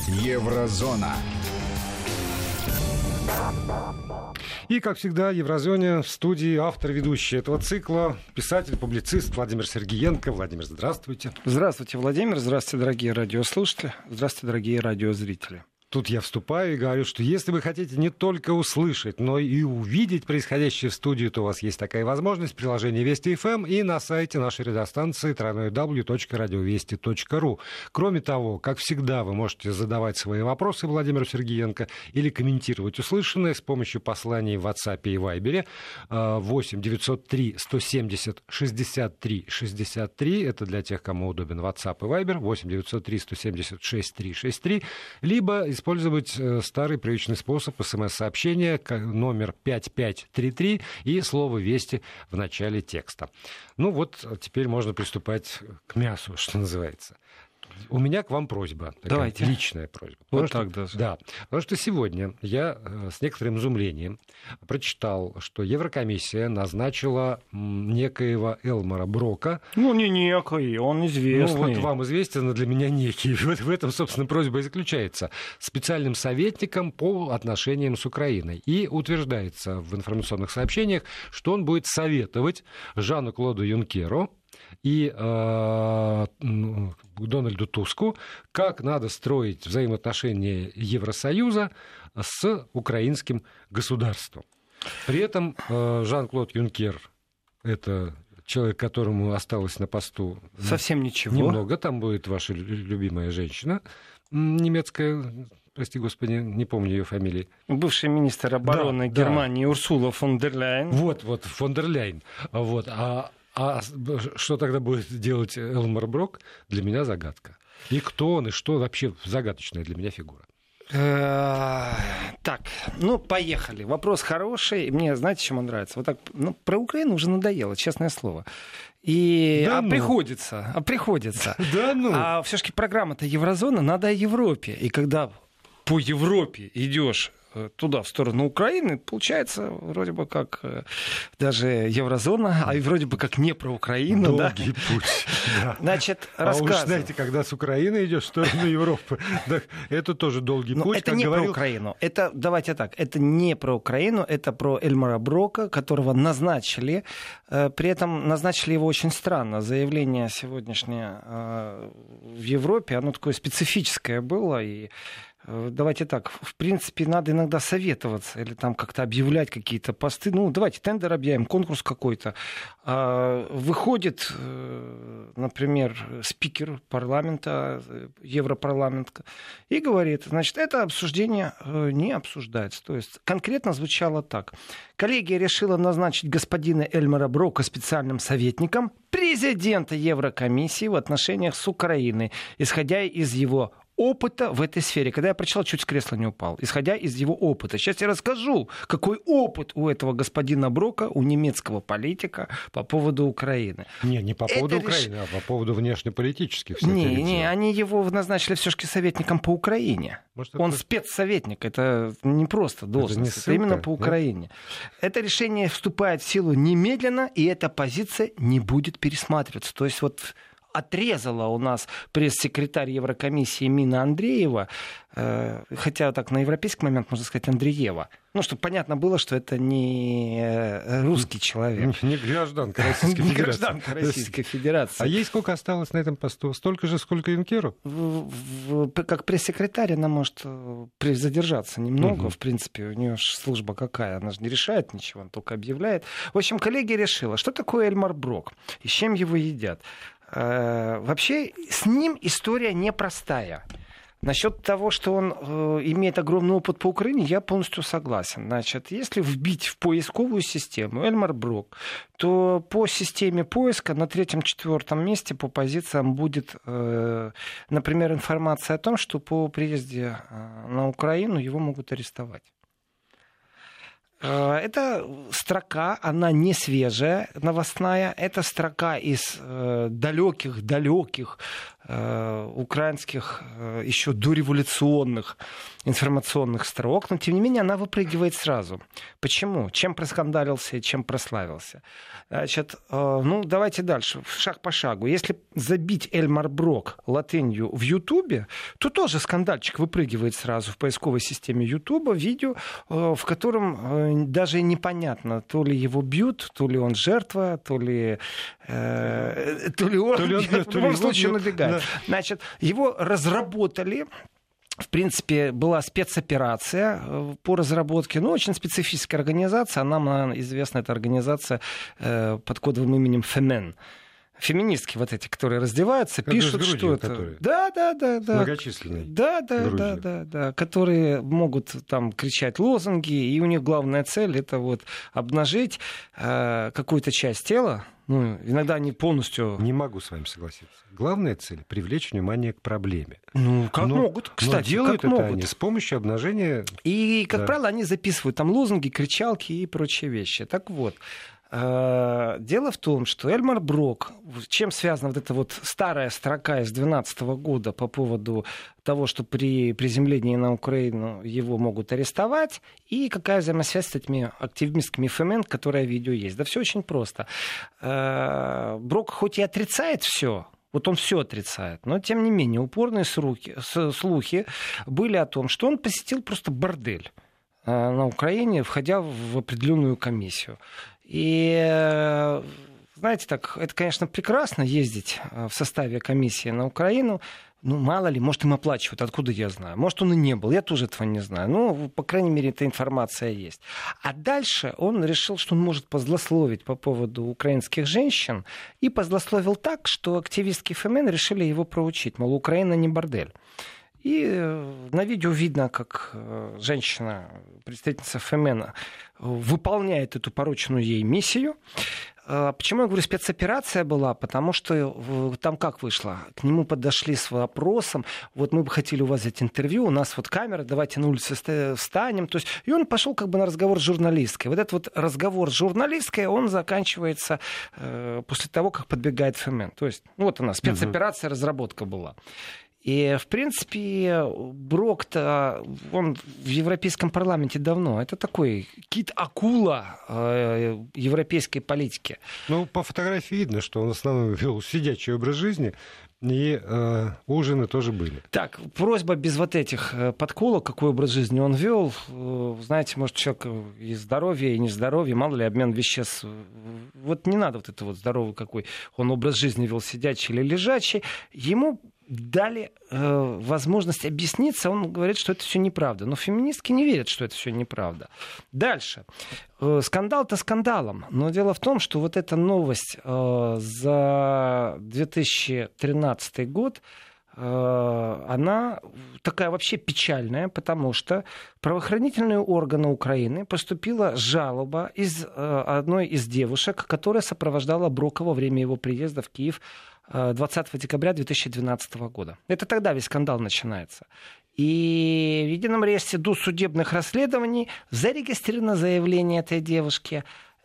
Еврозона. И, как всегда, в Еврозоне в студии автор-ведущий этого цикла, писатель-публицист Владимир Сергиенко. Владимир, здравствуйте. Здравствуйте, Владимир. Здравствуйте, дорогие радиослушатели. Здравствуйте, дорогие радиозрители. Тут я вступаю и говорю, что если вы хотите не только услышать, но и увидеть происходящее в студии, то у вас есть такая возможность в приложении Вести ФМ и на сайте нашей радиостанции www.radiovesti.ru. Кроме того, как всегда, вы можете задавать свои вопросы Владимиру Сергиенко или комментировать услышанное с помощью посланий в WhatsApp и Viber 8 903 170 63 63. Это для тех, кому удобен WhatsApp и Viber. 8 903 170 63 63. Либо использовать старый привычный способ СМС-сообщения, номер 5533 и слово «Вести» в начале текста. Ну вот, теперь можно приступать к мясу, что называется. У меня к вам просьба. Давайте. Личная просьба. Вот так даже. Да. Потому что сегодня я с некоторым изумлением прочитал, что Еврокомиссия назначила некоего Элмара Брока. Ну, не некий, он известный. Ну, вот вам известен, но для меня некий. В этом, собственно, просьба и заключается. Специальным советником по отношениям с Украиной. И утверждается в информационных сообщениях, что он будет советовать Жану-Клоду Юнкеру и Дональду Туску, как надо строить взаимоотношения Евросоюза с украинским государством. При этом Жан-Клод Юнкер — это человек, которому осталось на посту совсем ничего. Немного. Там будет ваша любимая женщина немецкая, прости господи, не помню ее фамилии. Бывший министр обороны Германии Урсула фон дер Ляйен. Вот, фон дер Ляйен. Вот. А что тогда будет делать Элмар Брок, для меня загадка. И кто он, и что вообще загадочная для меня фигура. Так, поехали. Вопрос хороший. Мне, знаете, чем он нравится? Вот так, про Украину уже надоело, честное слово. Приходится. Да ну. А все-таки программа-то Еврозона, надо о Европе. И когда по Европе идешь туда, в сторону Украины, получается вроде бы как даже Еврозона, а вроде бы как не про Украину. Долгий путь. Да. Значит, рассказываю. А уж знаете, когда с Украины идешь в сторону Европы, это тоже долгий путь. Это не про Украину. Давайте так, это не про Украину, это про Элмара Брока, которого назначили. При этом назначили его очень странно. Заявление сегодняшнее в Европе, оно такое специфическое было, и давайте так, в принципе, надо иногда советоваться или там как-то объявлять какие-то посты. Давайте тендер объявим, конкурс какой-то. Выходит, например, спикер парламента, Европарламента, и говорит, значит, это обсуждение не обсуждается. То есть конкретно звучало так. Коллегия решила назначить господина Элмара Брока специальным советником президента Еврокомиссии в отношениях с Украиной, исходя из его опыта в этой сфере. Когда я прочитал, чуть с кресла не упал. Исходя из его опыта. Сейчас я расскажу, какой опыт у этого господина Брока, у немецкого политика по поводу Украины. Не по поводу Украины, а по поводу внешнеполитических. Не, они его назначили все-таки советником по Украине. Может, он спецсоветник, это не просто должность, это именно по Украине. Это решение вступает в силу немедленно, и эта позиция не будет пересматриваться. То есть отрезала у нас пресс-секретарь Еврокомиссии Мина Андреева, хотя так на европейский момент можно сказать Андреева. Чтобы понятно было, что это не русский человек. Не гражданка Российской Федерации. А ей сколько осталось на этом посту? Столько же, сколько Юнкеру? Как пресс-секретарь она может задержаться немного. В принципе, у нее служба какая? Она же не решает ничего, она только объявляет. В общем, коллегия решила, что такое Элмар Брок и с чем его едят. Вообще, с ним история непростая. Насчет того, что он имеет огромный опыт по Украине, я полностью согласен. Значит, если вбить в поисковую систему Элмар Брок, то по системе поиска на 3-4 месте по позициям будет, например, информация о том, что по приезде на Украину его могут арестовать. Это строка, она не свежая, новостная. Это строка из далеких украинских еще дореволюционных информационных строк, но тем не менее она выпрыгивает сразу. Почему? Чем проскандалился и чем прославился? Значит, давайте дальше, шаг по шагу. Если забить Эльмар Брок латынью в Ютубе, то тоже скандальчик выпрыгивает сразу в поисковой системе Ютуба, видео, в котором даже непонятно, то ли его бьют, то ли он жертва, то ли он в любом случае набегает. Значит, его разработали. В принципе, была спецоперация по разработке, но очень специфическая организация. Нам известна эта организация под кодовым именем «Фемен». Феминистки вот эти, которые раздеваются, это пишут, что это... Да. Многочисленные. Да. Которые могут там кричать лозунги, и у них главная цель — это вот обнажить какую-то часть тела. Иногда они полностью... Не могу с вами согласиться. Главная цель — привлечь внимание к проблеме. Могут, кстати. Но делают это они с помощью обнажения... И, как правило, они записывают там лозунги, кричалки и прочие вещи. Так вот, дело в том, что Эльмар Брок, чем связана вот эта вот старая строка из 2012 года по поводу того, что при приземлении на Украину его могут арестовать, и какая взаимосвязь с этими активистками ФМН, которая видео есть. Да все очень просто. Брок хоть и отрицает все, вот он все отрицает, но тем не менее упорные слухи были о том, что он посетил просто бордель на Украине, входя в определенную комиссию. И, знаете, так, это, конечно, прекрасно ездить в составе комиссии на Украину. Мало ли, может, им оплачивают, откуда я знаю. Может, он и не был, я тоже этого не знаю. По крайней мере, эта информация есть. А дальше он решил, что он может позлословить по поводу украинских женщин. И позлословил так, что активистки ФМН решили его проучить. Мол, Украина не бордель. И на видео видно, как женщина, представительница ФМН, выполняет эту порученную ей миссию. Почему я говорю, спецоперация была? Потому что там как вышло? К нему подошли с вопросом, вот мы бы хотели у вас взять интервью, у нас вот камера, давайте на улице встанем. То есть, и он пошел как бы на разговор с журналисткой. Вот этот вот разговор с журналисткой, он заканчивается после того, как подбегает ФМН. То есть, вот она, спецоперация, разработка была. И, в принципе, Брок-то, он в Европейском парламенте давно. Это такой кит-акула европейской политики. По фотографии видно, что он в основном вел сидячий образ жизни, и ужины тоже были. Так, просьба без вот этих подколок, какой образ жизни он вел. Знаете, может, человек и здоровье, и нездоровье, мало ли, обмен веществ. Вот не надо вот это вот здоровый какой он образ жизни вел, сидячий или лежачий. Ему дали возможность объясниться, он говорит, что это все неправда. Но феминистки не верят, что это все неправда. Дальше. Скандал-то скандалом. Но дело в том, что вот эта новость за 2013 год, она такая вообще печальная, потому что в правоохранительные органы Украины поступила жалоба из одной из девушек, которая сопровождала Брока во время его приезда в Киев 20 декабря 2012 года. Это тогда весь скандал начинается. И в едином реестре досудебных расследований зарегистрировано заявление этой девушки.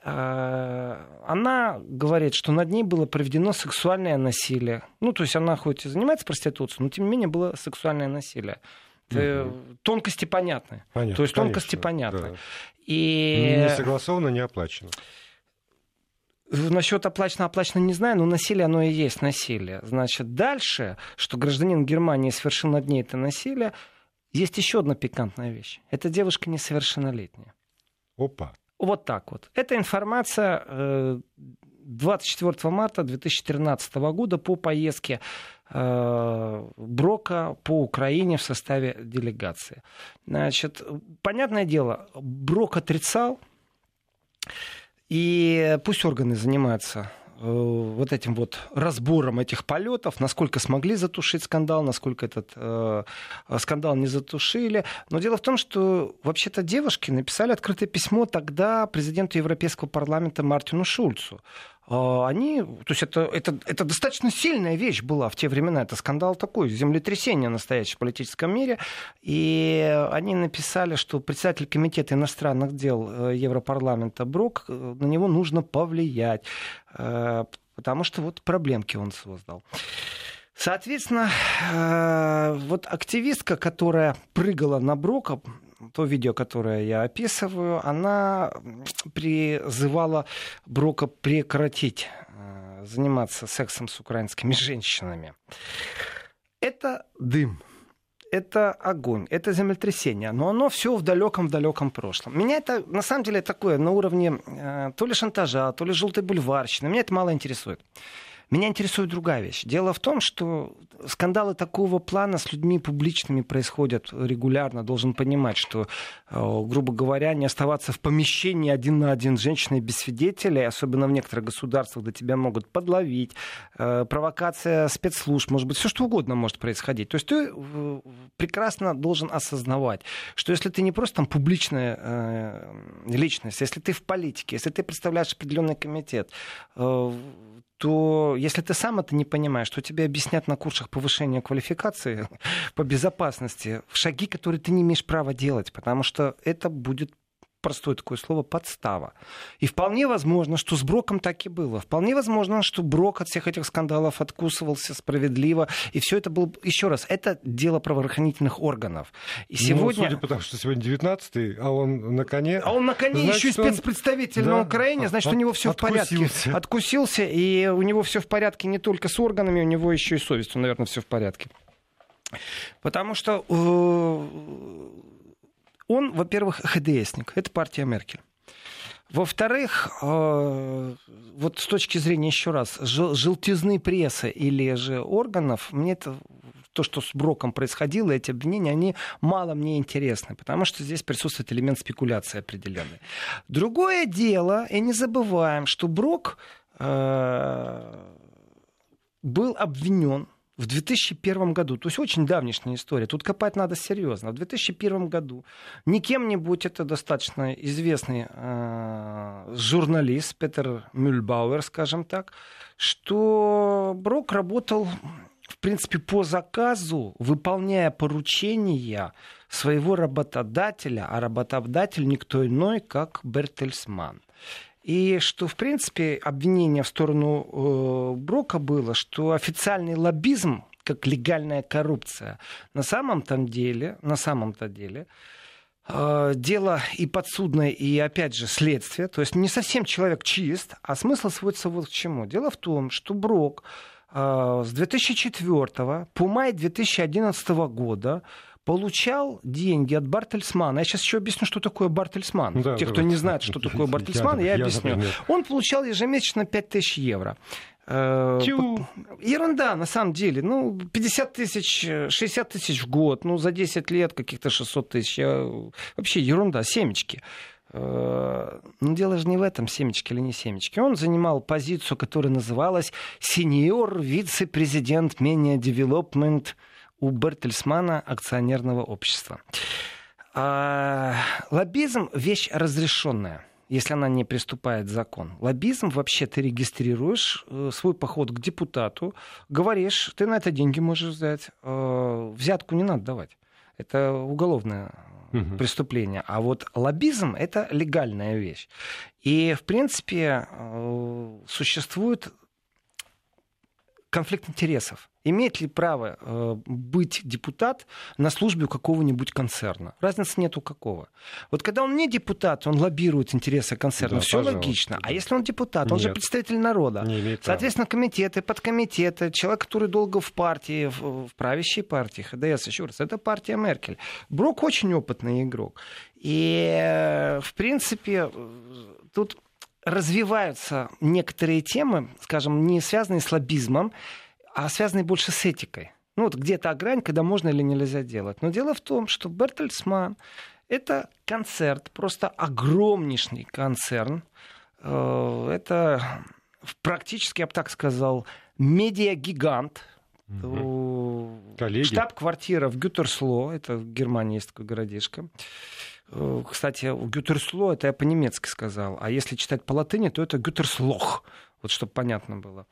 Она говорит, что над ней было проведено сексуальное насилие. То есть она хоть и занимается проституцией, но тем не менее было сексуальное насилие. Тонкости понятны. Понятно, то есть тонкости понятны. Да. И... Не согласовано, не оплачено. Насчет оплачено не знаю, но насилие, оно и есть насилие. Значит, дальше, что гражданин Германии совершил над ней это насилие, есть еще одна пикантная вещь. Эта девушка несовершеннолетняя. Опа. Вот так вот. Эта информация 24 марта 2013 года по поездке Брока по Украине в составе делегации. Значит, понятное дело, Брок отрицал. И пусть органы занимаются вот этим вот разбором этих полетов, насколько смогли затушить скандал, насколько этот скандал не затушили. Но дело в том, что вообще-то девушки написали открытое письмо тогда президенту Европейского парламента Мартину Шульцу. То есть это достаточно сильная вещь была в те времена. Это скандал такой, землетрясение настоящее в политическом мире. И они написали, что председатель комитета иностранных дел Европарламента Брок, на него нужно повлиять, потому что вот проблемки он создал. Соответственно, вот активистка, которая прыгала на Брока, то видео, которое я описываю, она призывала Брока прекратить заниматься сексом с украинскими женщинами. Это дым. Это огонь, это землетрясение, но оно все в далеком-далеком прошлом. Меня это, на самом деле, такое на уровне то ли шантажа, то ли желтой бульварщины. Меня это мало интересует. Меня интересует другая вещь. Дело в том, что скандалы такого плана с людьми публичными происходят регулярно. Должен понимать, что, грубо говоря, не оставаться в помещении один на один с женщиной без свидетелей, особенно в некоторых государствах, где тебя могут подловить, провокация спецслужб, может быть, все что угодно может происходить. То есть ты прекрасно должен осознавать, что если ты не просто там публичная личность, если ты в политике, если ты представляешь определенный комитет, то если ты сам это не понимаешь, то тебе объяснят на курсах повышения квалификации по безопасности шаги, которые ты не имеешь права делать, потому что это будет простое такое слово подстава. И вполне возможно, что с Броком так и было. Вполне возможно, что Брок от всех этих скандалов откусывался справедливо. И все это было, еще раз, это дело правоохранительных органов. И сегодня... Судя по тому, что сегодня 19-й, а он на коне... А он на коне, значит, еще и спецпредставитель на Украине, значит, у него все в порядке. Откусился, и у него все в порядке не только с органами, у него еще и с совестью, наверное, все в порядке. Потому что... Он, во-первых, ХДСник, это партия Меркель. Во-вторых, вот с точки зрения, еще раз, желтизны прессы или же органов, мне это, то, что с Броком происходило, эти обвинения, они мало мне интересны, потому что здесь присутствует элемент спекуляции определенный. Другое дело, и не забываем, что Брок был обвинен в 2001 году, то есть очень давнишняя история, тут копать надо серьезно. В 2001 году не кем-нибудь, это достаточно известный журналист Петер Мюльбауэр, скажем так, что Брок работал, в принципе, по заказу, выполняя поручения своего работодателя, а работодатель никто иной, как Бертельсман. И что, в принципе, обвинение в сторону Брока было, что официальный лоббизм, как легальная коррупция, на самом-то деле, дело и подсудное, и, опять же, следствие. То есть не совсем человек чист, а смысл сводится вот к чему. Дело в том, что Брок с 2004 по май 2011 года получал деньги от Бартельсмана. Я сейчас еще объясню, что такое Бартельсман. Да, те, кто не знает, что такое Бартельсман, я объясню. Он получал ежемесячно 5000 евро. Ерунда, на самом деле. 50 тысяч, 60 тысяч в год. За 10 лет каких-то 600 тысяч. Вообще ерунда, семечки. Но дело же не в этом, семечки или не семечки. Он занимал позицию, которая называлась «Сеньор вице-президент Media Development» у Бертельсмана акционерного общества. Лоббизм — вещь разрешенная, если она не приступает к закону. Лоббизм вообще ты регистрируешь свой поход к депутату, говоришь, ты на это деньги можешь взять, взятку не надо давать. Это уголовное преступление. А вот лоббизм — это легальная вещь. И, в принципе, существует конфликт интересов. Имеет ли право быть депутат на службе у какого-нибудь концерна? Разницы нету какого. Вот когда он не депутат, он лоббирует интересы концерна. Да, все логично. А если он депутат, он же представитель народа. Соответственно, комитеты, подкомитеты, человек, который долго в партии, в правящей партии, ХДС, еще раз, это партия Меркель. Брок очень опытный игрок. И, в принципе, тут развиваются некоторые темы, скажем, не связанные с лоббизмом, а связанные больше с этикой. Вот где-то грань, когда можно или нельзя делать. Но дело в том, что Бертельсман — это концерн, просто огромнейший концерн. Это практически, я бы так сказал, медиагигант. Штаб-квартира в Гютерсло, это в Германии есть такой городишко. Кстати, Гютерсло, это я по-немецки сказал, а если читать по латыни, то это Гютерслох, вот чтобы понятно было.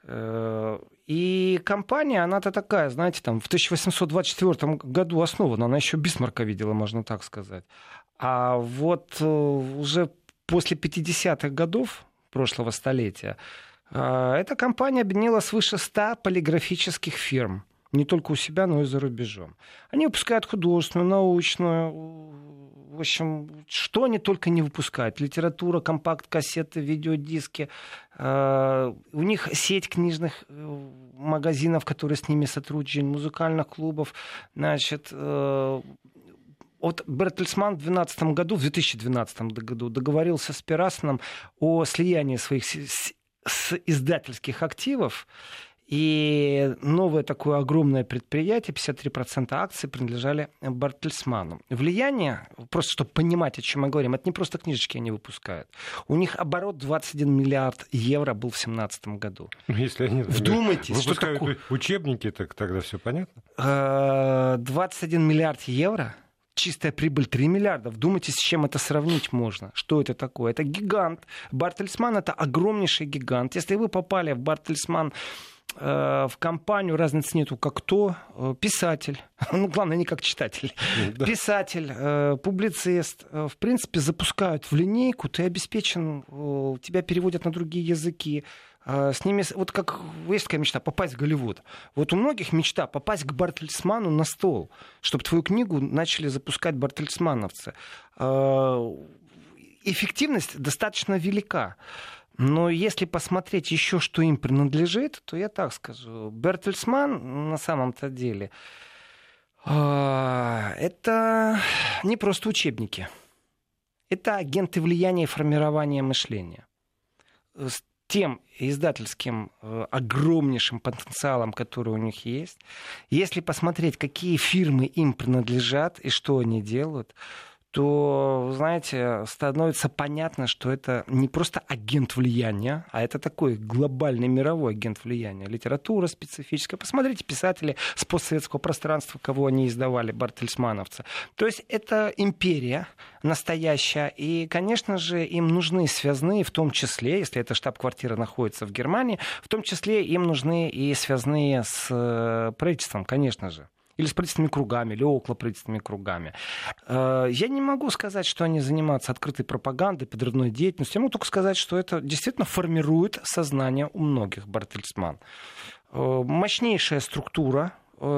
И компания, она-то такая, знаете, там в 1824 году основана, она еще Бисмарка видела, можно так сказать. А вот уже после 50-х годов прошлого столетия Эта компания объединила свыше 100 полиграфических фирм. Не только у себя, но и за рубежом. Они выпускают художественную, научную, в общем, что они только не выпускают. Литература, компакт-кассеты, видеодиски. У них сеть книжных магазинов, которые с ними сотрудничают, музыкальных клубов. Значит, вот Бертельсман в 2012 году договорился с Пирасоном о слиянии своих издательских активов. И новое такое огромное предприятие, 53% акций принадлежали Бертельсману. Влияние, просто чтобы понимать, о чем мы говорим, это не просто книжечки они выпускают. У них оборот 21 миллиард евро был в 2017 году. Если они вдумайтесь, что такое? Учебники, так тогда все понятно? 21 миллиард евро, чистая прибыль 3 миллиарда. Вдумайтесь, с чем это сравнить можно. Что это такое? Это гигант. Бертельсман — это огромнейший гигант. Если вы попали в Бертельсман в компанию, разницы нету, как кто, писатель, ну, главное, не как читатель, писатель, публицист, в принципе, запускают в линейку, ты обеспечен, тебя переводят на другие языки, с ними, вот как есть такая мечта, попасть в Голливуд. Вот у многих мечта попасть к Бертельсману на стол, чтобы твою книгу начали запускать бертельсмановцы. Эффективность достаточно велика. Но если посмотреть еще, что им принадлежит, то я так скажу. Бертельсман на самом-то деле это не просто учебники. Это агенты влияния и формирования мышления. С тем издательским огромнейшим потенциалом, который у них есть, если посмотреть, какие фирмы им принадлежат и что они делают, то, знаете, становится понятно, что это не просто агент влияния, а это такой глобальный мировой агент влияния. Литература специфическая. Посмотрите, писатели с постсоветского пространства, кого они издавали, бертельсмановцы. То есть это империя настоящая. И, конечно же, им нужны связные, в том числе, если эта штаб-квартира находится в Германии, в том числе им нужны и связные с правительством, конечно же. Или с правительственными кругами, или около правительственными кругами. Я не могу сказать, что они занимаются открытой пропагандой, подрывной деятельностью. Я могу только сказать, что это действительно формирует сознание у многих Бертельсман. Мощнейшая структура.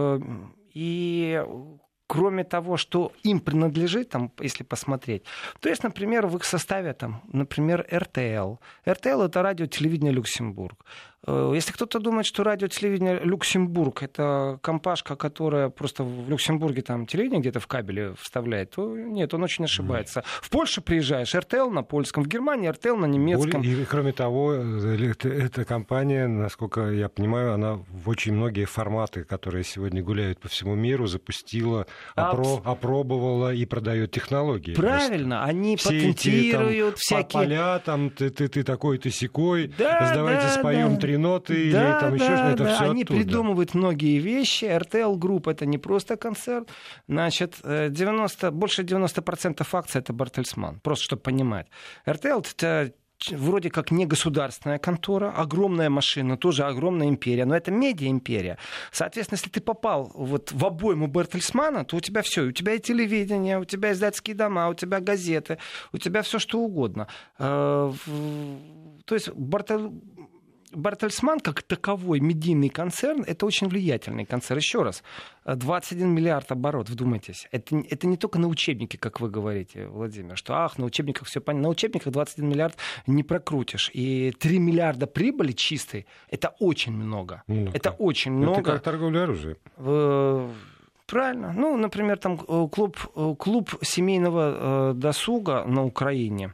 И кроме того, что им принадлежит, там, если посмотреть, то есть, например, в их составе, там, например, РТЛ. РТЛ — это радио-телевидение Люксембург. Если кто-то думает, что радио-телевидение Люксембург — это компашка, которая просто в Люксембурге там телевидение где-то в кабеле вставляет, то нет, он очень ошибается. В Польшу приезжаешь, РТЛ на польском, в Германии РТЛ на немецком. И, кроме того, эта компания, насколько я понимаю, она в очень многие форматы, которые сегодня гуляют по всему миру, запустила, опробовала и продает технологии. Правильно, они патентируют всякие... Поля, там, ты такой, ты сякой, давайте споем 3 ноты, или там еще что-то, это все они оттуда. Придумывают многие вещи. RTL Group — это не просто концерт. Значит, больше 90% акций — это Бертельсман. Просто чтобы понимать. RTL — это вроде как не государственная контора, огромная машина, тоже огромная империя, но это медиа-империя. Соответственно, если ты попал вот в обойму Бертельсмана, то у тебя все. У тебя и телевидение, у тебя издательские дома, у тебя газеты, у тебя все что угодно. То есть Бертельсман, как таковой медийный концерн, это очень влиятельный концерн. Еще раз, 21 миллиард оборот, вдумайтесь. Это не только на учебнике, как вы говорите, Владимир, что на учебниках все понятно. На учебниках 21 миллиард не прокрутишь. И 3 миллиарда прибыли чистой, это очень много. Это очень много. Это как торговля оружием. Правильно. Ну, например, там клуб семейного досуга на Украине.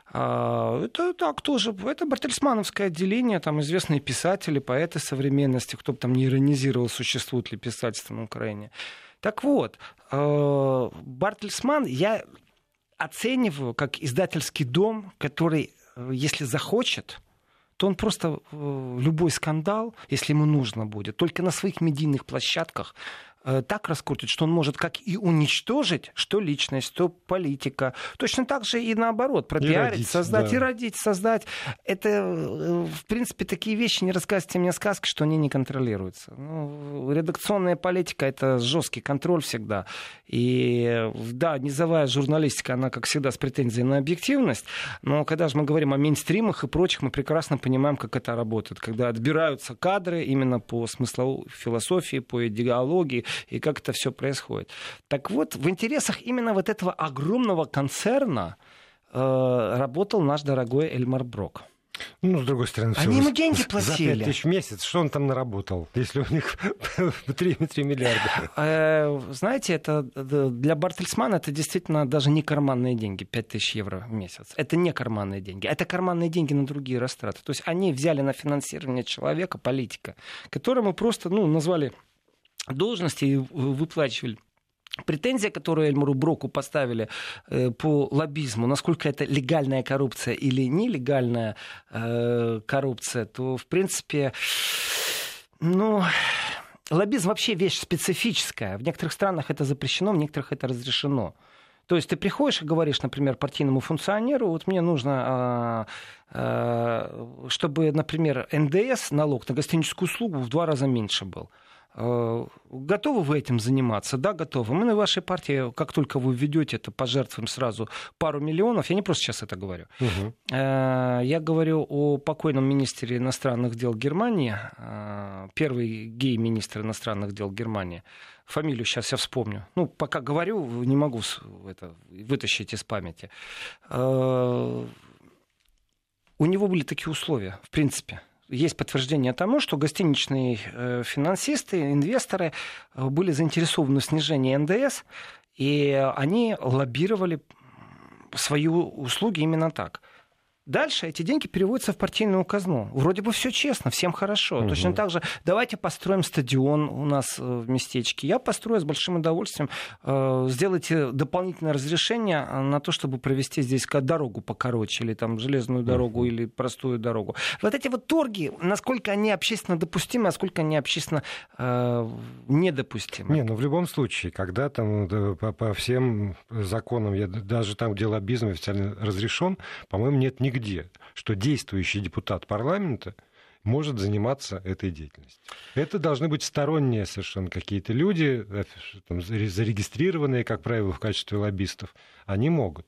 Это так тоже. Это бертельсмановское отделение, там известные писатели, поэты современности, кто бы там не иронизировал, существует ли писательство на Украине. Так вот, Бертельсман я оцениваю как издательский дом, который, если захочет, то он просто любой скандал, если ему нужно будет, только на своих медийных площадках так раскрутить, что он может как и уничтожить, что личность, что политика. Точно так же и наоборот, пропиарить, создать, и родить, создать. Это, в принципе, такие вещи, не рассказывайте мне сказки, что они не контролируются. Ну, редакционная политика — это жесткий контроль всегда. И да, низовая журналистика, она, как всегда, с претензией на объективность, но когда же мы говорим о мейнстримах и прочих, мы прекрасно понимаем, как это работает, когда отбираются кадры именно по смысловой философии, по идеологии, и как это все происходит. Так вот, в интересах именно вот этого огромного концерна работал наш дорогой Эльмар Брок. Ну, с другой стороны, они ему деньги платили. За 5 тысяч в месяц. Что он там наработал, если у них 3 миллиарда? Знаете, это для Бартельсмана это действительно даже не карманные деньги, 5 тысяч евро в месяц. Это не карманные деньги. Это карманные деньги на другие растраты. То есть они взяли на финансирование человека, политика, которому просто назвали должности и выплачивали. Претензия, которую Эльмару Броку поставили по лоббизму, насколько это легальная коррупция или нелегальная коррупция, то, в принципе, лоббизм вообще вещь специфическая. В некоторых странах это запрещено, в некоторых это разрешено. То есть ты приходишь и говоришь, например, партийному функционеру, вот мне нужно, чтобы, например, НДС, налог на гостиническую услугу, в 2 раза меньше был. Готовы вы этим заниматься? Да, готовы. Мы на вашей партии, как только вы введете это, пожертвуем сразу пару миллионов. Я не просто сейчас это говорю. Я говорю о покойном министре иностранных дел Германии, первый гей-министр иностранных дел Германии. Фамилию сейчас я вспомню. Пока говорю, не могу это вытащить из памяти. У него были такие условия, в принципе. Есть подтверждение тому, что гостиничные финансисты, инвесторы были заинтересованы в снижении НДС, и они лоббировали свои услуги именно так. Дальше эти деньги переводятся в партийную казну. Вроде бы все честно, всем хорошо. Точно так же давайте построим стадион у нас в местечке. Я построю с большим удовольствием. Сделайте дополнительное разрешение на то, чтобы провести здесь дорогу покороче, или там железную дорогу, или простую дорогу. Вот эти вот торги, насколько они общественно допустимы, а сколько они общественно недопустимы. В любом случае, когда там по всем законам, даже там, где лоббизм официально разрешен, по-моему, нет нигде, что действующий депутат парламента может заниматься этой деятельностью. Это должны быть сторонние совершенно какие-то люди, там, зарегистрированные, как правило, в качестве лоббистов. Они могут.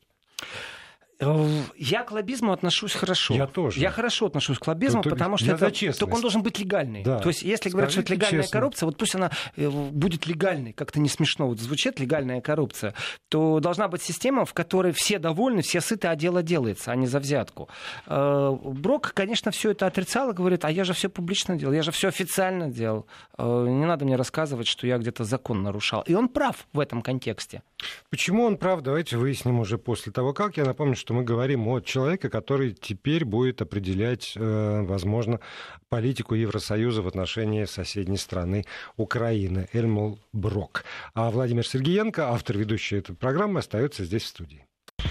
Я к лоббизму отношусь хорошо. Я тоже. Я хорошо отношусь к лоббизму, потому что только он должен быть легальный. Да. То есть, если говорят, что это легальная коррупция, вот пусть она будет легальной, как-то не смешно вот звучит, легальная коррупция, то должна быть система, в которой все довольны, все сыты, а дело делается, а не за взятку. Брок, конечно, все это отрицал и говорит, а я же все публично делал, я же все официально делал. Не надо мне рассказывать, что я где-то закон нарушал. И он прав в этом контексте. Почему он прав, давайте выясним уже после того, как. Я напомню, что мы говорим о человеке, который теперь будет определять, возможно, политику Евросоюза в отношении соседней страны Украины, Эльмар Брок. А Владимир Сергеенко, автор ведущей этой программы, остается здесь в студии.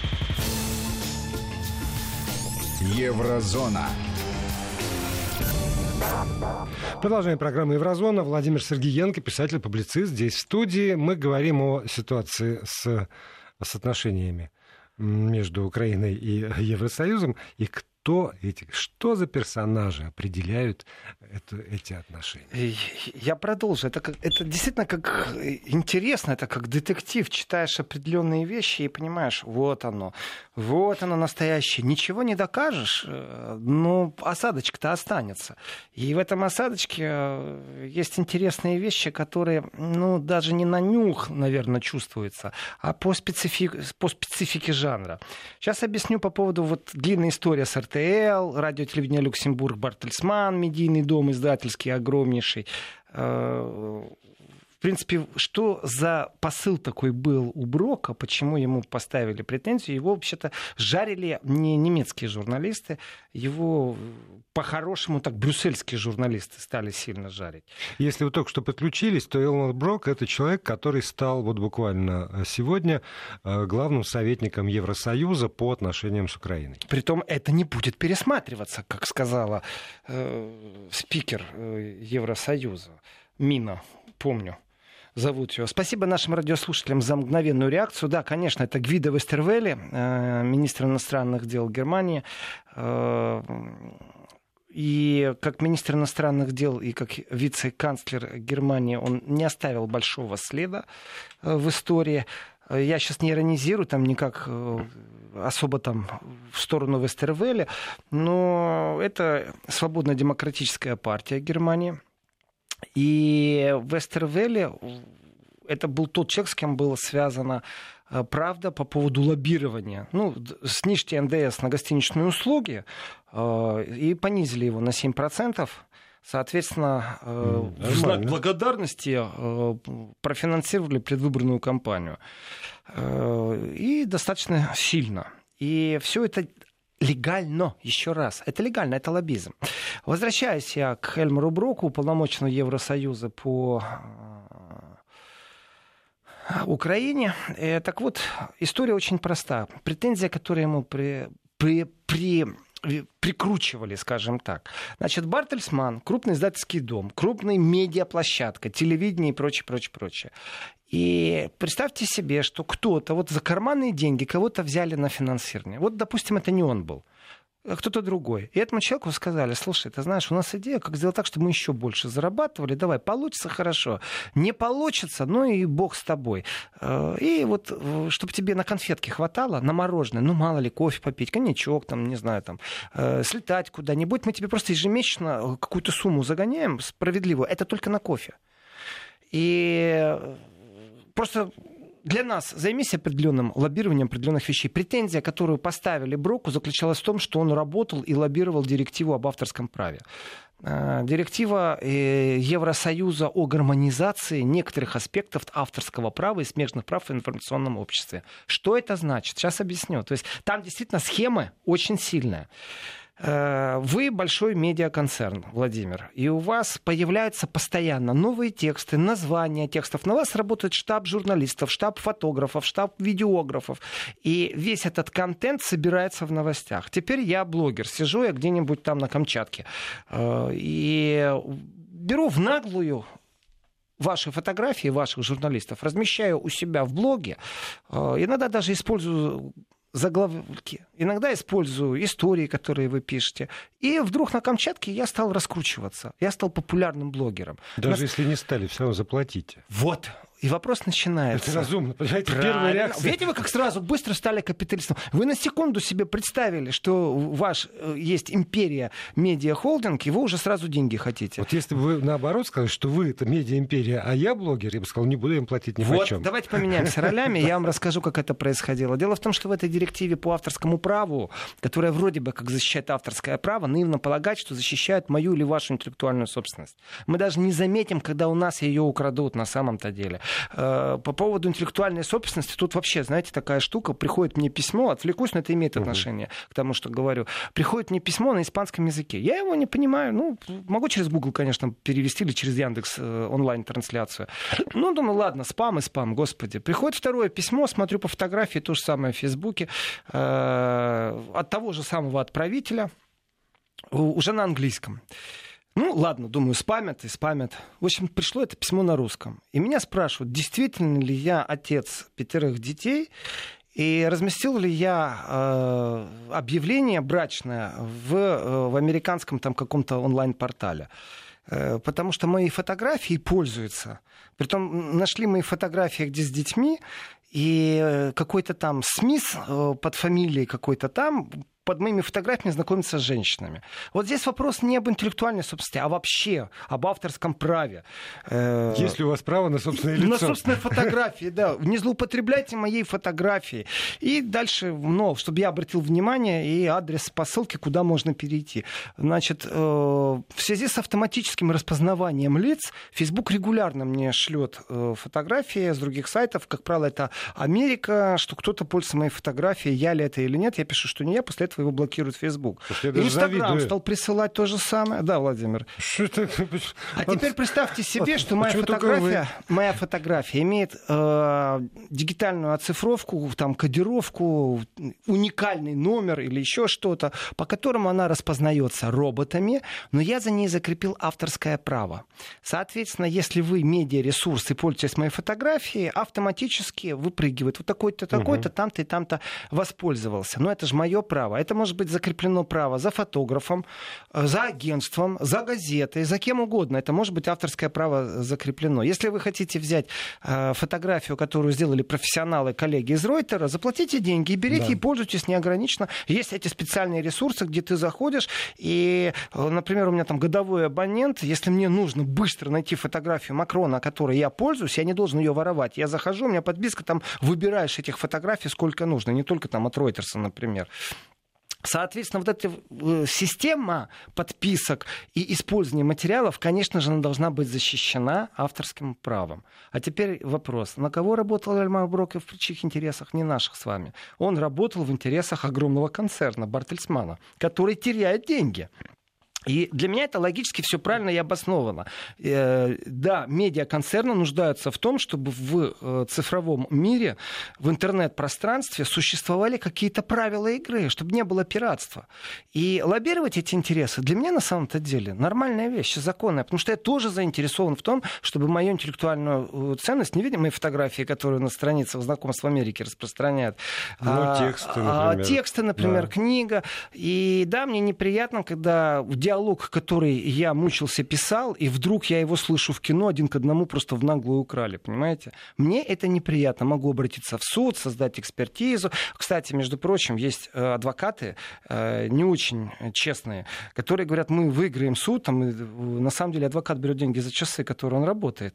Еврозона. Продолжаем программу «Еврозона». Владимир Сергеенко, писатель-публицист, здесь в студии. Мы говорим о ситуации с отношениями между Украиной и Евросоюзом. И что за персонажи определяют эти отношения? Я продолжу. Это действительно как интересно, это как детектив. Читаешь определенные вещи и понимаешь, вот оно настоящее. Ничего не докажешь, но осадочек-то останется. И в этом осадочке есть интересные вещи, которые, даже не на нюх, наверное, чувствуются, а по специфике жанра. Сейчас объясню по поводу длинной истории с РТЛ, радио, телевидение Люксембург, Бартельсман, медийный дом издательский огромнейший. В принципе, что за посыл такой был у Брока, почему ему поставили претензию? Его вообще-то жарили не немецкие журналисты, его по-хорошему так брюссельские журналисты стали сильно жарить. Если вы только что подключились, то Эльмар Брок — это человек, который стал буквально сегодня главным советником Евросоюза по отношениям с Украиной. Притом это не будет пересматриваться, как сказала спикер Евросоюза Мина, помню. зовут его. Спасибо нашим радиослушателям за мгновенную реакцию. Да, конечно, это Гвидо Вестервеле, министр иностранных дел Германии. И как министр иностранных дел и как вице-канцлер Германии он не оставил большого следа в истории. Я сейчас не иронизирую, там никак особо там в сторону Вестервеле, но это свободно-демократическая партия Германии. И Вестервеле это был тот человек, с кем была связана правда по поводу лоббирования. Ну, снижьте НДС на гостиничные услуги и понизили его на 7%. Соответственно, в знак благодарности профинансировали предвыборную кампанию. И достаточно сильно. И все это легально, еще раз. Это легально, это лоббизм. Возвращаясь я к Эльмару Броку, уполномоченному Евросоюза по Украине. Так вот, история очень проста. Претензия, которую ему прикручивали, скажем так. Значит, Бартельсман, крупный издательский дом, крупная медиаплощадка, телевидение и прочее. И представьте себе, что кто-то вот за карманные деньги кого-то взяли на финансирование. Вот, допустим, это не он был, а кто-то другой. И этому человеку сказали: слушай, ты знаешь, у нас идея, как сделать так, чтобы мы еще больше зарабатывали. Давай, получится — хорошо. Не получится, ну и бог с тобой. И вот, чтобы тебе на конфетки хватало, на мороженое, ну мало ли, кофе попить, коньячок, там, не знаю, там, слетать куда-нибудь, мы тебе просто ежемесячно какую-то сумму загоняем справедливую. Это только на кофе. И просто для нас займись определенным лоббированием определенных вещей. Претензия, которую поставили Броку, заключалась в том, что он работал и лоббировал директиву об авторском праве. Директива Евросоюза о гармонизации некоторых аспектов авторского права и смежных прав в информационном обществе. Что это значит? Сейчас объясню. То есть там действительно схема очень сильная. Вы большой медиаконцерн, Владимир, и у вас появляются постоянно новые тексты, названия текстов. На вас работает штаб журналистов, штаб фотографов, штаб видеографов. И весь этот контент собирается в новостях. Теперь я блогер, сижу я где-нибудь там на Камчатке и беру в наглую ваши фотографии ваших журналистов, размещаю у себя в блоге, иногда даже использую заголовки. Иногда использую истории, которые вы пишете. И вдруг на Камчатке я стал раскручиваться. Я стал популярным блогером. Даже если не стали, все равно заплатите. Вот. И вопрос начинается. Это разумно, понимаете, первая реакция. Видите, вы как сразу быстро стали капиталистом. Вы на секунду себе представили, что ваш есть империя медиахолдинг, и вы уже сразу деньги хотите. Вот если бы вы наоборот сказали, что вы это медиаимперия, а я блогер, я бы сказал, не буду им платить ни вот, почем. Давайте поменяемся ролями, я вам расскажу, как это происходило. Дело в том, что в этой директиве по авторскому праву, которая вроде бы как защищает авторское право, наивно полагать, что защищает мою или вашу интеллектуальную собственность. Мы даже не заметим, когда у нас ее украдут на самом-то деле. По поводу интеллектуальной собственности, тут вообще, знаете, такая штука, приходит мне письмо, отвлекусь, но это имеет отношение к тому, что говорю. Приходит мне письмо на испанском языке. Я его не понимаю, ну, могу через Google, конечно, перевести или через Яндекс онлайн-трансляцию. Ну, думаю, ладно, спам и спам, господи. Приходит второе письмо, смотрю по фотографии, то же самое в Фейсбуке, от того же самого отправителя, уже на английском. Ну, ладно, думаю, спамят и спамят. В общем, пришло это письмо на русском. И меня спрашивают, действительно ли я отец 5 детей, и разместил ли я объявление брачное в американском там каком-то онлайн-портале. Потому что мои фотографии пользуются. Притом нашли мои фотографии где с детьми, и какой-то там СМИС под фамилией какой-то там под моими фотографиями знакомиться с женщинами. Вот здесь вопрос не об интеллектуальной собственности, а вообще об авторском праве. Есть ли у вас право на собственное лицо? На собственной фотографии, да. Не злоупотребляйте моей фотографией. И дальше, ну, чтобы я обратил внимание, и адрес по ссылке, куда можно перейти. Значит, в связи с автоматическим распознаванием лиц, Facebook регулярно мне шлет фотографии с других сайтов. Как правило, это Америка, что кто-то пользуется моей фотографией, я ли это или нет. Я пишу, что не я. После этого этого его блокирует Facebook. Инстаграм завидую. Стал присылать то же самое. Да, Владимир. А теперь представьте себе, что моя фотография имеет дигитальную оцифровку, там, кодировку, уникальный номер или еще что-то, по которому она распознается роботами, но я за ней закрепил авторское право. Соответственно, если вы медиаресурс и пользуетесь моей фотографией, автоматически выпрыгивает. Вот такой-то, такой-то, там-то и там-то воспользовался. Но это же мое право. Это может быть закреплено право за фотографом, за агентством, за газетой, за кем угодно. Это может быть авторское право закреплено. Если вы хотите взять фотографию, которую сделали профессионалы, коллеги из Reuters, заплатите деньги и берите, и пользуйтесь неограниченно. Есть эти специальные ресурсы, где ты заходишь, и, например, у меня там годовой абонент, если мне нужно быстро найти фотографию Макрона, которой я пользуюсь, я не должен ее воровать. Я захожу, у меня подписка, там выбираешь этих фотографий сколько нужно, не только там от Reuters, например. Соответственно, вот эта система подписок и использования материалов, конечно же, она должна быть защищена авторским правом. А теперь вопрос. На кого работал Эльмар Брок и в чьих интересах? Не наших с вами. Он работал в интересах огромного концерна Бартельсмана, который теряет деньги. И для меня это логически все правильно и обосновано. Да, медиаконцерны нуждаются в том, чтобы в цифровом мире, в интернет-пространстве существовали какие-то правила игры, чтобы не было пиратства. И лоббировать эти интересы для меня на самом-то деле нормальная вещь, законная, потому что я тоже заинтересован в том, чтобы мою интеллектуальную ценность, невидимые фотографии, которые на страницах знакомств в Америке распространяют, тексты, например, книга. И да, мне неприятно, когда диалог, который я мучился, писал, и вдруг я его слышу в кино, один к одному просто в наглую украли, понимаете? Мне это неприятно. Могу обратиться в суд, создать экспертизу. Кстати, между прочим, есть адвокаты не очень честные, которые говорят, мы выиграем суд, и на самом деле адвокат берет деньги за часы, которые он работает.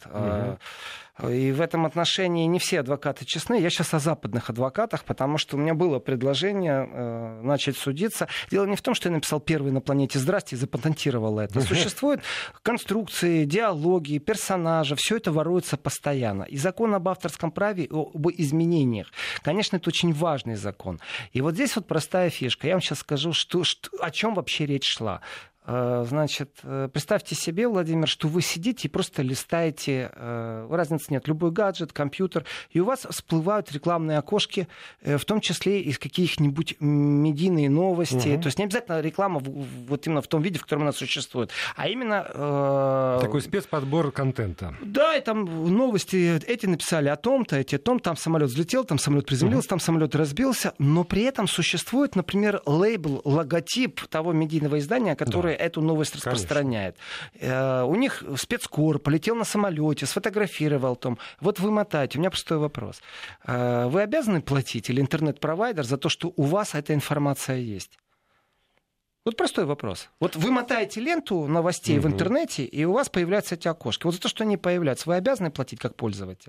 И в этом отношении не все адвокаты честны. Я сейчас о западных адвокатах, потому что у меня было предложение начать судиться. Дело не в том, что я написал первый на планете «Здрасте» и запатентировал это. Существуют конструкции, диалоги, персонажи. Все это воруется постоянно. И закон об авторском праве, об изменениях, конечно, это очень важный закон. И вот здесь вот простая фишка. Я вам сейчас скажу, о чем вообще речь шла. Значит, представьте себе, Владимир, что вы сидите и просто листаете, разницы нет, любой гаджет, компьютер, и у вас всплывают рекламные окошки, в том числе из каких-нибудь медийные новости. То есть не обязательно реклама вот именно в том виде, в котором она существует, а именно... Такой спецподбор контента. Да, и там новости эти написали о том-то, эти о том, там самолет взлетел, там самолет приземлился, там самолет разбился, но при этом существует, например, лейбл, логотип того медийного издания, которое эту новость распространяет. У них спецкор полетел на самолете, сфотографировал там. Вот вы мотаете. У меня простой вопрос. Вы обязаны платить или интернет-провайдер за то, что у вас эта информация есть? Вот простой вопрос. Вот вы мотаете ленту новостей в интернете, и у вас появляются эти окошки. Вот за то, что они появляются, вы обязаны платить как пользователь?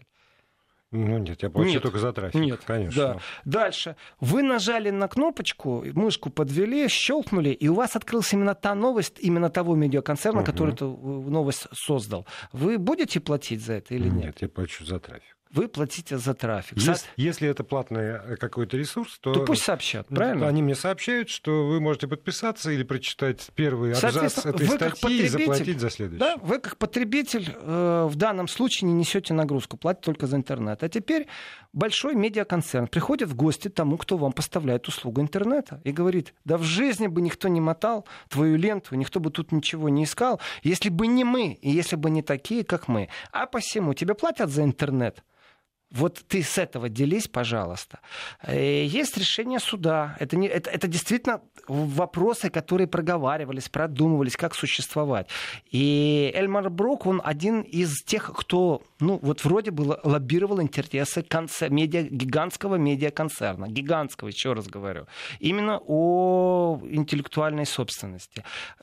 Ну нет, я плачу только за трафик. Нет, конечно. Да. Дальше. Вы нажали на кнопочку, мышку подвели, щелкнули, и у вас открылась именно та новость, именно того медиаконцерна, который эту новость создал. Вы будете платить за это или нет? Нет, я плачу за трафик. Вы платите за трафик. Если это платный какой-то ресурс, то пусть сообщат, правильно? Они мне сообщают, что вы можете подписаться или прочитать первый абзац этой статьи и заплатить за следующий. Да, вы как потребитель в данном случае не несете нагрузку, платите только за интернет. А теперь большой медиаконцерн приходит в гости тому, кто вам поставляет услугу интернета, и говорит, да в жизни бы никто не мотал твою ленту, никто бы тут ничего не искал, если бы не мы, и если бы не такие, как мы. А посему тебе платят за интернет. Вот ты с этого делись, пожалуйста. Есть решение суда. Это действительно вопросы, которые проговаривались, продумывались, как существовать. И Эльмар Брок, он один из тех, кто, вот вроде бы лоббировал интересы гигантского медиаконцерна. Гигантского, еще раз говорю. Именно о интеллектуальной собственности.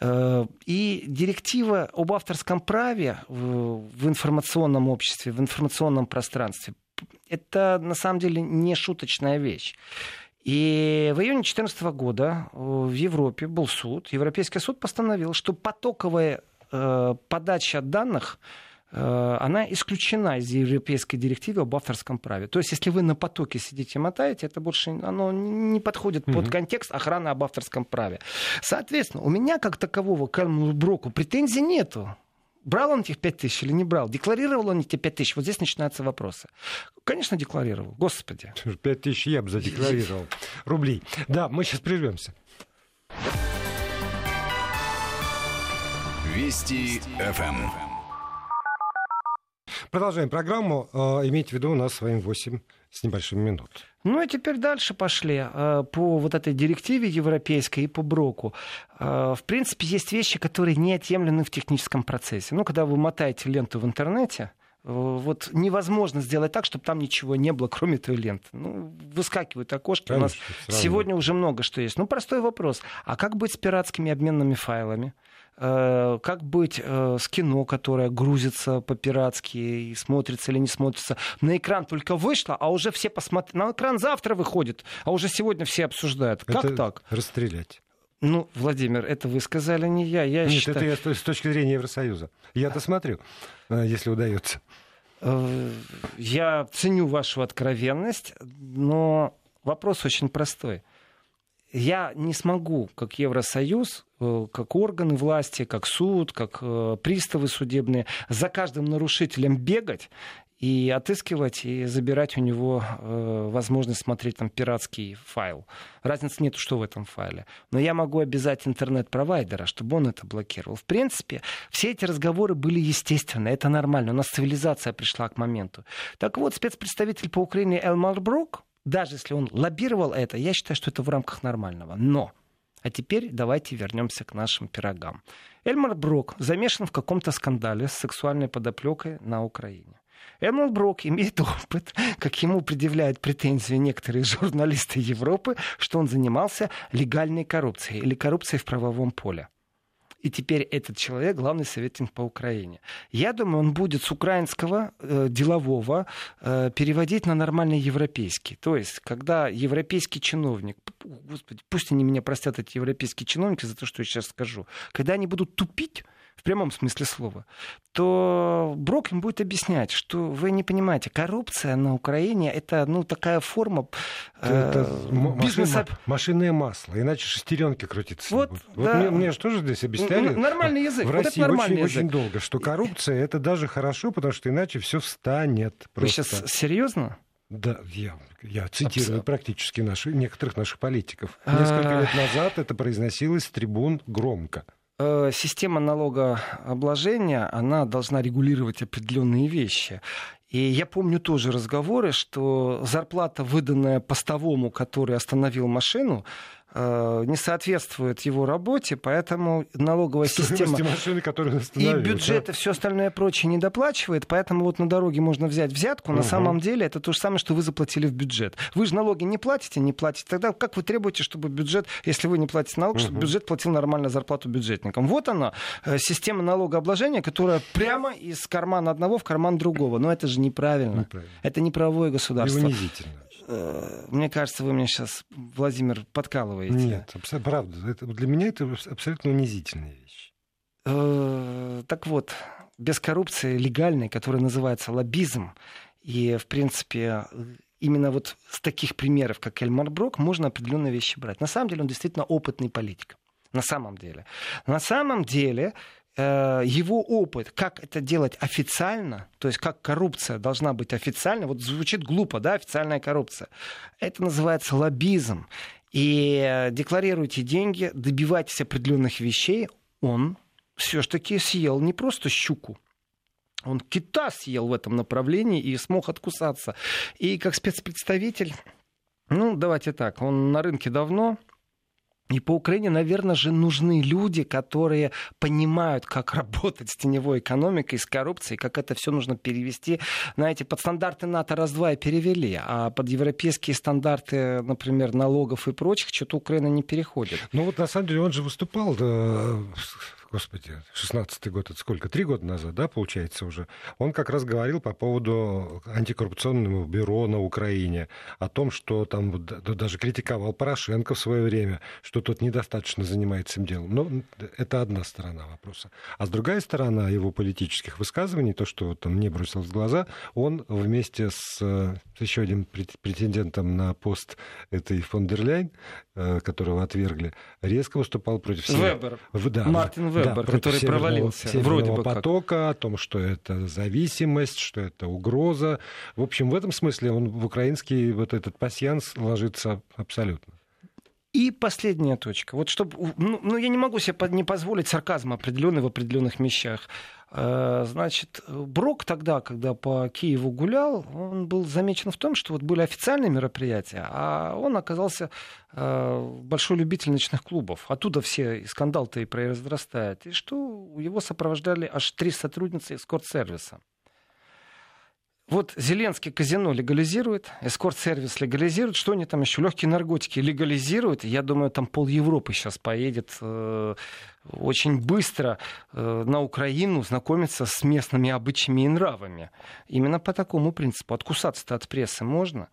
И директива об авторском праве в информационном обществе, в информационном пространстве, это на самом деле не шуточная вещь. И в июне 2014 года в Европе был суд. Европейский суд постановил, что потоковая подача данных она исключена из европейской директивы об авторском праве. То есть, если вы на потоке сидите и мотаете, это больше оно не подходит под контекст охраны об авторском праве. Соответственно, у меня как такового к Элмару Броку претензий нету. Брал он этих 5000 или не брал? Декларировал он эти 5000? Вот здесь начинаются вопросы. Конечно, декларировал. Господи. 5000 я бы задекларировал. Рублей. Да, мы сейчас прервемся. Вести ФМ. Продолжаем программу. Имейте в виду, у нас с вами 8 с небольшим минут. Ну и теперь дальше пошли по вот этой директиве европейской и по Броку. В принципе, есть вещи, которые неотъемлемы в техническом процессе. Ну, когда вы мотаете ленту в интернете, вот невозможно сделать так, чтобы там ничего не было, кроме той ленты. Ну, выскакивают окошки. Конечно, у нас сегодня уже много что есть. Ну, простой вопрос. А как быть с пиратскими обменными файлами? Как быть с кино, которое грузится по-пиратски и смотрится или не смотрится? На экран только вышло, а уже все посмотрели. На экран завтра выходит, а уже сегодня все обсуждают. Как это так? Расстрелять. Ну, Владимир, это вы сказали, не я. Нет, считаю... это я с точки зрения Евросоюза. Я-то смотрю, если удается. Я ценю вашу откровенность, но вопрос очень простой. Я не смогу, как Евросоюз, как органы власти, как суд, как приставы судебные, за каждым нарушителем бегать и отыскивать, и забирать у него возможность смотреть там пиратский файл. Разницы нет, что в этом файле. Но я могу обязать интернет-провайдера, чтобы он это блокировал. В принципе, все эти разговоры были естественны, это нормально. У нас цивилизация пришла к моменту. Так вот, спецпредставитель по Украине Элмар Брок, даже если он лоббировал это, я считаю, что это в рамках нормального. Но, а теперь давайте вернемся к нашим пирогам. Элмар Брок замешан в каком-то скандале с сексуальной подоплекой на Украине. Элмар Брок имеет опыт, как ему предъявляют претензии некоторые журналисты Европы, что он занимался легальной коррупцией или коррупцией в правовом поле. И теперь этот человек главный советник по Украине. Я думаю, он будет с украинского делового переводить на нормальный европейский. То есть, когда европейский чиновник, господи, пусть они меня простят, эти европейские чиновники, за то, что я сейчас скажу, когда они будут тупить, в прямом смысле слова, то Брок им будет объяснять, что вы не понимаете, коррупция на Украине это такая форма бизнеса. Машинное масло, иначе шестеренки крутиться вот, не будут. Да. Вот мне же тоже здесь объясняли. Нормальный язык. В России вот нормальный язык. Очень долго, что коррупция это даже хорошо, потому что иначе все встанет. Вы сейчас серьезно? Да, я цитирую практически некоторых наших политиков. Несколько лет назад это произносилось с трибун громко. Система налогообложения, она должна регулировать определенные вещи. И я помню тоже разговоры, что зарплата, выданная постовому, который остановил машину, не соответствует его работе, поэтому налоговая система машины, и бюджет, и все остальное прочее не доплачивает, поэтому вот на дороге можно взять взятку, на самом деле это то же самое, что вы заплатили в бюджет. Вы же налоги не платите, тогда как вы требуете, чтобы бюджет, если вы не платите налог, чтобы бюджет платил нормально зарплату бюджетникам? Вот она, система налогообложения, которая прямо из кармана одного в карман другого. Но это же неправильно. Это не правовое государство. И унизительно. Мне кажется, вы меня сейчас, Владимир, подкалываете. Нет, правда. Для меня это абсолютно унизительная вещь. Так вот, без коррупции легальной, которая называется лоббизм, и, в принципе, именно вот с таких примеров, как Элмар Брок, можно определенные вещи брать. На самом деле он действительно опытный политик. На самом деле. Его опыт, как это делать официально, то есть как коррупция должна быть официальной, вот звучит глупо, да, официальная коррупция, это называется лоббизм. И декларируйте деньги, добивайтесь определенных вещей, он все-таки съел не просто щуку, он кита съел в этом направлении и смог откусаться. И как спецпредставитель, давайте так, он на рынке давно. И по Украине, наверное же, нужны люди, которые понимают, как работать с теневой экономикой, с коррупцией, как это все нужно перевести. Знаете, под стандарты НАТО раз-два и перевели, а под европейские стандарты, например, налогов и прочих, что-то Украина не переходит. Ну вот на самом деле он же выступал господи, 16-й год, это сколько, 3 года назад, да, получается уже, он как раз говорил по поводу антикоррупционного бюро на Украине, о том, что там даже критиковал Порошенко в свое время, что тот недостаточно занимается этим делом. Но это одна сторона вопроса. А с другой стороны его политических высказываний, то, что там мне бросилось в глаза, он вместе с еще одним претендентом на пост этой фон дер Ляйен, которого отвергли, резко выступал против Вебер. Мартин Вебер, который провалился. Вроде бы потока, о том, что это зависимость, что это угроза. В общем, в этом смысле он в украинский вот этот пасьянс ложится абсолютно. И последняя точка. Вот чтобы, я не могу себе не позволить сарказм определенный в определенных вещах. Значит, Брок тогда, когда по Киеву гулял, он был замечен в том, что вот были официальные мероприятия, а он оказался большой любитель ночных клубов. Оттуда все скандал-то и произрастает. И что его сопровождали аж 3 сотрудницы эскорт-сервиса. Вот Зеленский казино легализирует, эскорт-сервис легализирует, что они там еще, легкие наркотики легализируют. Я думаю, там пол-Европы сейчас поедет очень быстро на Украину знакомиться с местными обычаями и нравами. Именно по такому принципу. Откусаться-то от прессы можно.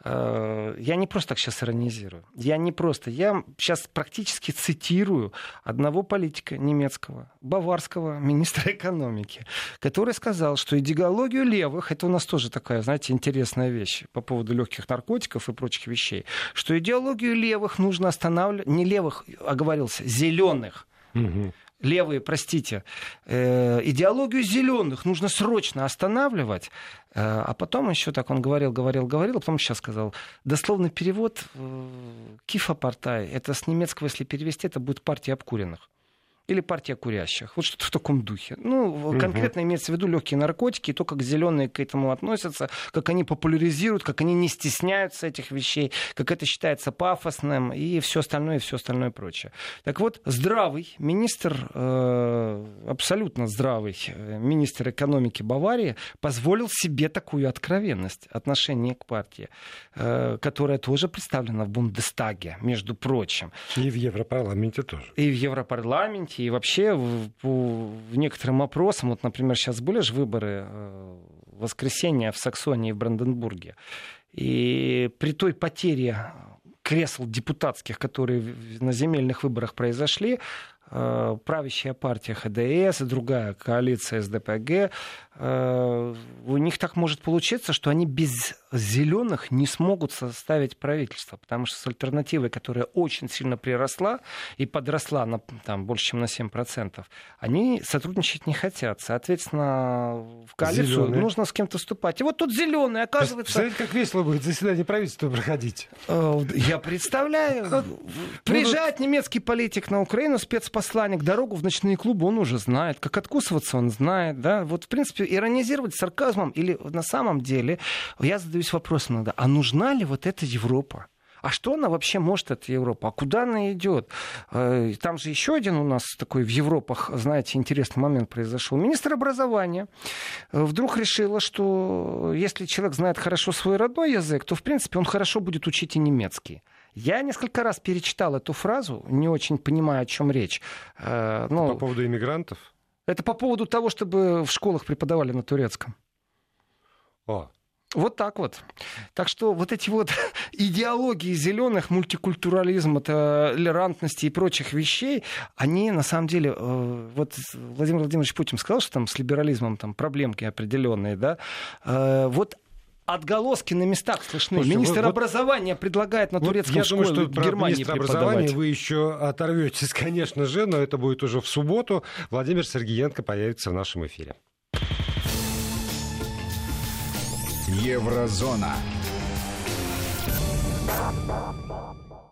Я не просто так сейчас иронизирую. Я сейчас практически цитирую одного политика немецкого, баварского министра экономики, который сказал, что идеологию левых, это у нас тоже такая, знаете, интересная вещь по поводу легких наркотиков и прочих вещей, что идеологию левых нужно останавливать, не левых, оговорился, зеленых. Левые, простите, идеологию зеленых нужно срочно останавливать. А потом еще так он говорил, а потом сейчас сказал. Дословный перевод Кифа-партай, это с немецкого, если перевести, это будет партия обкуренных. Или партия курящих. Вот что-то в таком духе. Конкретно имеется в виду легкие наркотики, и то, как зеленые к этому относятся, как они популяризируют, как они не стесняются этих вещей, как это считается пафосным, и все остальное прочее. Так вот, здравый министр, абсолютно здравый министр экономики Баварии позволил себе такую откровенность отношения к партии, которая тоже представлена в Бундестаге, между прочим. И в Европарламенте тоже. И в Европарламенте, и вообще в некоторым опросам, вот, например, сейчас были же выборы в воскресенье в Саксонии и в Бранденбурге, и при той потере кресел депутатских, которые на земельных выборах произошли, правящая партия ХДС и другая коалиция СДПГ, у них так может получиться, что они без зеленых не смогут составить правительство, потому что с альтернативой, которая очень сильно приросла и подросла больше, чем на 7%, они сотрудничать не хотят. Соответственно, в коалицию зеленые нужно с кем-то вступать. И вот тут зеленые, оказывается... Представляете, как весело будет заседание правительства проходить? Я представляю. Приезжает немецкий политик на Украину, спецпосланник, дорогу в ночные клубы он уже знает, как откусываться он знает. Да? Вот, в принципе, иронизировать сарказмом или на самом деле, я задаюсь вопросом иногда, а нужна ли вот эта Европа? А что она вообще может, эта Европа? А куда она идет? Там же еще один у нас такой в Европах, знаете, интересный момент произошел. Министр образования вдруг решила, что если человек знает хорошо свой родной язык, то, в принципе, он хорошо будет учить и немецкий. Я несколько раз перечитал эту фразу, не очень понимаю, о чем речь. По поводу иммигрантов? Это по поводу того, чтобы в школах преподавали на турецком. Вот так вот. Так что вот эти вот идеологии зеленых, мультикультурализма, толерантности и прочих вещей, они на самом деле, вот Владимир Владимирович Путин сказал, что там с либерализмом там проблемки определенные, да, вот отголоски на местах слышны. Слушайте, министр образования предлагает на турецком школе в Германии преподавать. Образования вы еще оторветесь, конечно же, но это будет уже в субботу. Владимир Сергиенко появится в нашем эфире. Еврозона.